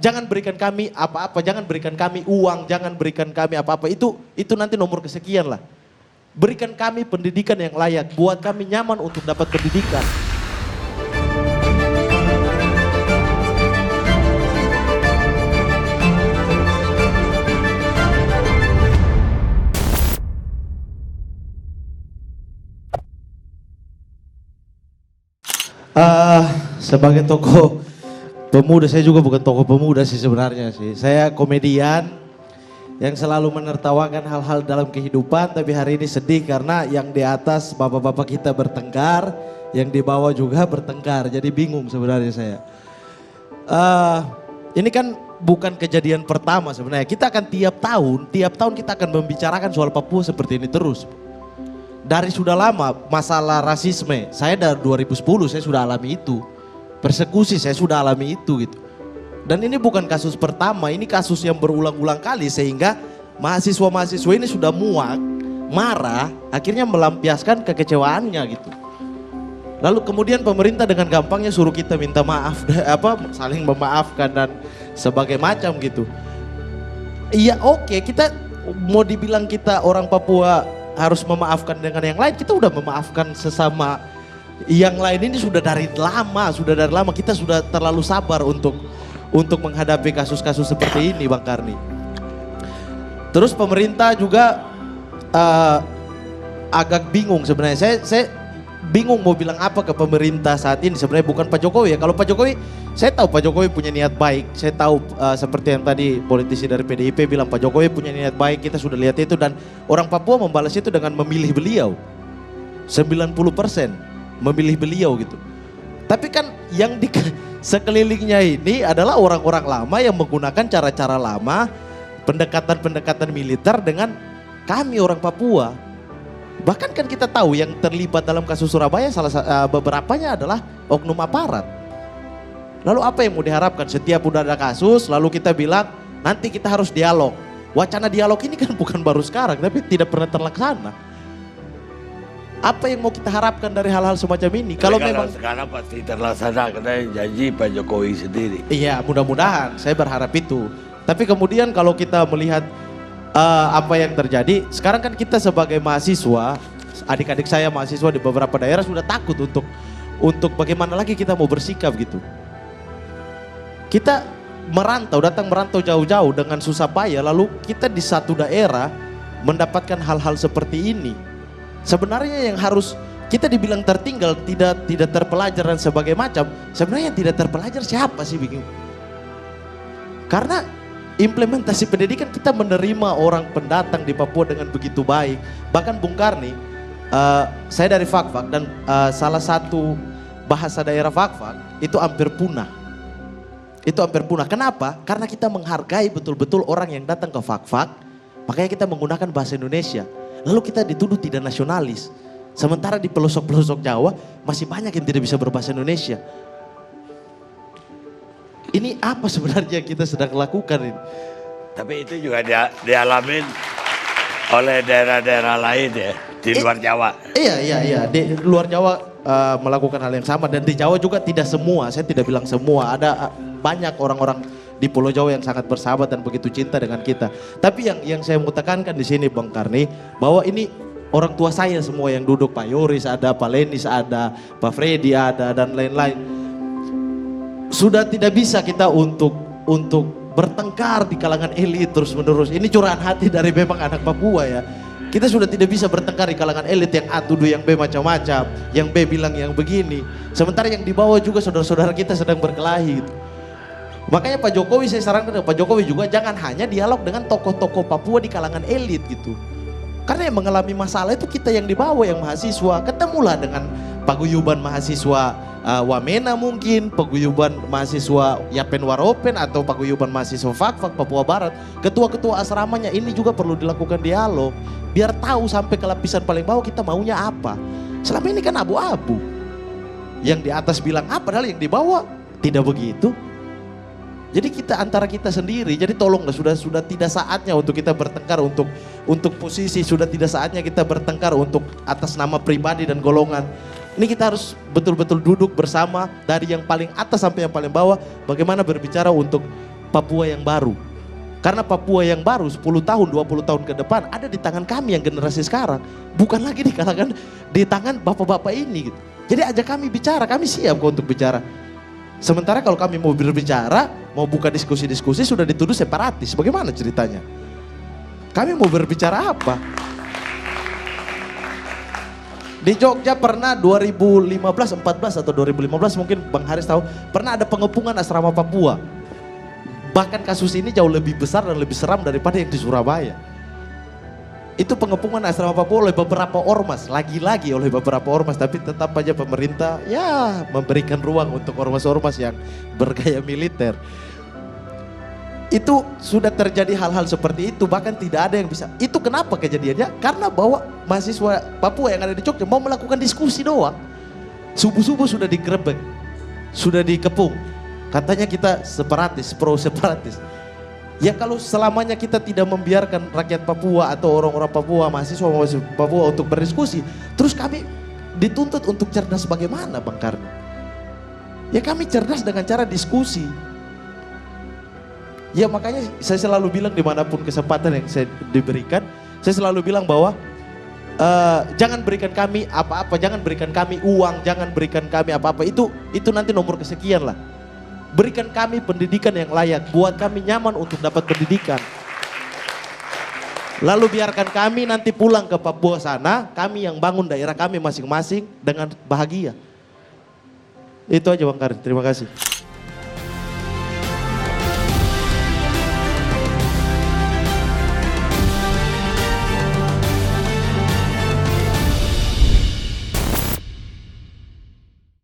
Jangan berikan kami apa-apa, jangan berikan kami uang, jangan berikan kami apa-apa. Itu nanti nomor kesekian lah. Berikan kami pendidikan yang layak, buat kami nyaman untuk dapat pendidikan. Sebagai tokoh pemuda, saya juga bukan tokoh pemuda sih sebenarnya sih. Saya komedian yang selalu menertawakan hal-hal dalam kehidupan, tapi hari ini sedih karena yang di atas bapak-bapak kita bertengkar, yang di bawah juga bertengkar. Jadi bingung sebenarnya saya. Ini kan bukan kejadian pertama sebenarnya. Kita akan tiap tahun kita akan membicarakan soal Papua seperti ini terus. Dari sudah lama masalah rasisme, saya dari 2010 saya sudah alami itu. Persekusi saya sudah alami itu gitu. Dan ini bukan kasus pertama, ini kasus yang berulang-ulang kali sehingga mahasiswa-mahasiswa ini sudah muak, marah, akhirnya melampiaskan kekecewaannya gitu. Lalu kemudian pemerintah dengan gampangnya suruh kita minta maaf, saling memaafkan dan sebagai macam gitu. Iya oke, kita mau dibilang kita orang Papua harus memaafkan dengan yang lain, kita udah memaafkan sesama yang lain ini sudah dari lama kita sudah terlalu sabar untuk menghadapi kasus-kasus seperti ini Bang Karni. Terus pemerintah juga agak bingung sebenarnya. Saya bingung mau bilang apa ke pemerintah saat ini. Sebenarnya bukan Pak Jokowi ya. Kalau Pak Jokowi, saya tahu Pak Jokowi punya niat baik. Saya tahu seperti yang tadi politisi dari PDIP bilang Pak Jokowi punya niat baik. Kita sudah lihat itu dan orang Papua membalas itu dengan memilih beliau. 90% memilih beliau gitu. Tapi kan yang di sekelilingnya ini adalah orang-orang lama yang menggunakan cara-cara lama, pendekatan-pendekatan militer dengan kami orang Papua. Bahkan kan kita tahu yang terlibat dalam kasus Surabaya beberapanya adalah oknum aparat. Lalu apa yang mau diharapkan? Setiap udah ada kasus lalu kita bilang nanti kita harus dialog. Wacana dialog ini kan bukan baru sekarang tapi tidak pernah terlaksana. Apa yang mau kita harapkan dari hal-hal semacam ini? Kalau memang sekarang pasti terlaksana karena yang janji Pak Jokowi sendiri. Iya, mudah-mudahan. Saya berharap itu. Tapi kemudian kalau kita melihat apa yang terjadi, sekarang kan kita sebagai mahasiswa, adik-adik saya mahasiswa di beberapa daerah sudah takut untuk bagaimana lagi kita mau bersikap gitu. Kita datang merantau jauh-jauh dengan susah payah, lalu kita di satu daerah mendapatkan hal-hal seperti ini. Sebenarnya yang harus kita dibilang tertinggal, tidak terpelajar dan sebagai macam, sebenarnya yang tidak terpelajar siapa sih bikin? Karena implementasi pendidikan kita menerima orang pendatang di Papua dengan begitu baik. Bahkan Bung Karni, saya dari Fakfak dan salah satu bahasa daerah Fakfak itu hampir punah. Itu hampir punah. Kenapa? Karena kita menghargai betul-betul orang yang datang ke Fakfak, makanya kita menggunakan bahasa Indonesia. Lalu kita dituduh tidak nasionalis. Sementara di pelosok-pelosok Jawa masih banyak yang tidak bisa berbahasa Indonesia. Ini apa sebenarnya kita sedang lakukan ini? Tapi itu juga dialamin oleh daerah-daerah lain ya, di luar Jawa. Iya, di luar Jawa melakukan hal yang sama dan di Jawa juga tidak semua, saya tidak bilang semua. Ada banyak orang-orang di Pulau Jawa yang sangat bersahabat dan begitu cinta dengan kita. Tapi yang saya mau tekankan di sini Bang Karni, bahwa ini orang tua saya semua yang duduk, Pak Yoris ada, Pak Lenis ada, Pak Freddy ada dan lain-lain. Sudah tidak bisa kita untuk bertengkar di kalangan elit terus menerus. Ini curahan hati dari memang anak Papua ya. Kita sudah tidak bisa bertengkar di kalangan elit yang A tuduh yang B macam-macam, yang B bilang yang begini. Sementara yang di bawah juga saudara-saudara kita sedang berkelahi gitu. Makanya Pak Jokowi saya sarankan Pak Jokowi juga jangan hanya dialog dengan tokoh-tokoh Papua di kalangan elit gitu. Karena yang mengalami masalah itu kita yang di bawah, yang mahasiswa. Ketemulah dengan paguyuban mahasiswa Wamena mungkin, paguyuban mahasiswa Yapen Waropen atau paguyuban mahasiswa Fakfak Papua Barat. Ketua-ketua asramanya ini juga perlu dilakukan dialog. Biar tahu sampai ke lapisan paling bawah kita maunya apa. Selama ini kan abu-abu. Yang di atas bilang apa, padahal yang di bawah tidak begitu. Jadi kita antara kita sendiri, jadi tolonglah sudah tidak saatnya untuk kita bertengkar untuk posisi, sudah tidak saatnya kita bertengkar untuk atas nama pribadi dan golongan. Ini kita harus betul-betul duduk bersama dari yang paling atas sampai yang paling bawah, bagaimana berbicara untuk Papua yang baru. Karena Papua yang baru 10 tahun, 20 tahun ke depan ada di tangan kami yang generasi sekarang. Bukan lagi di tangan bapak-bapak ini gitu. Jadi ajak kami bicara, kami siap kok untuk bicara. Sementara kalau kami mau berbicara, mau buka diskusi-diskusi sudah dituduh separatis. Bagaimana ceritanya? Kami mau berbicara apa? Di Jogja pernah 2015, 14 atau 2015 mungkin Bang Haris tahu, pernah ada pengepungan asrama Papua. Bahkan kasus ini jauh lebih besar dan lebih seram daripada yang di Surabaya. Itu pengepungan asrama Papua oleh beberapa ormas, lagi-lagi oleh beberapa ormas, tapi tetap aja pemerintah ya memberikan ruang untuk ormas-ormas yang bergaya militer. Itu sudah terjadi hal-hal seperti itu, bahkan tidak ada yang bisa. Itu kenapa kejadiannya? Karena bahwa mahasiswa Papua yang ada di Jogja mau melakukan diskusi doang. Subuh-subuh sudah digerebek, sudah dikepung. Katanya kita separatis, pro separatis. Ya kalau selamanya kita tidak membiarkan rakyat Papua atau orang-orang Papua, mahasiswa Papua untuk berdiskusi, terus kami dituntut untuk cerdas bagaimana Bang Karni? Ya kami cerdas dengan cara diskusi. Ya makanya saya selalu bilang dimanapun kesempatan yang saya diberikan, saya selalu bilang bahwa jangan berikan kami apa-apa, jangan berikan kami uang, jangan berikan kami apa-apa, itu nanti nomor kesekian lah. Berikan kami pendidikan yang layak, buat kami nyaman untuk dapat pendidikan. Lalu biarkan kami nanti pulang ke Papua sana, kami yang bangun daerah kami masing-masing dengan bahagia. Itu aja Bang Karin, terima kasih.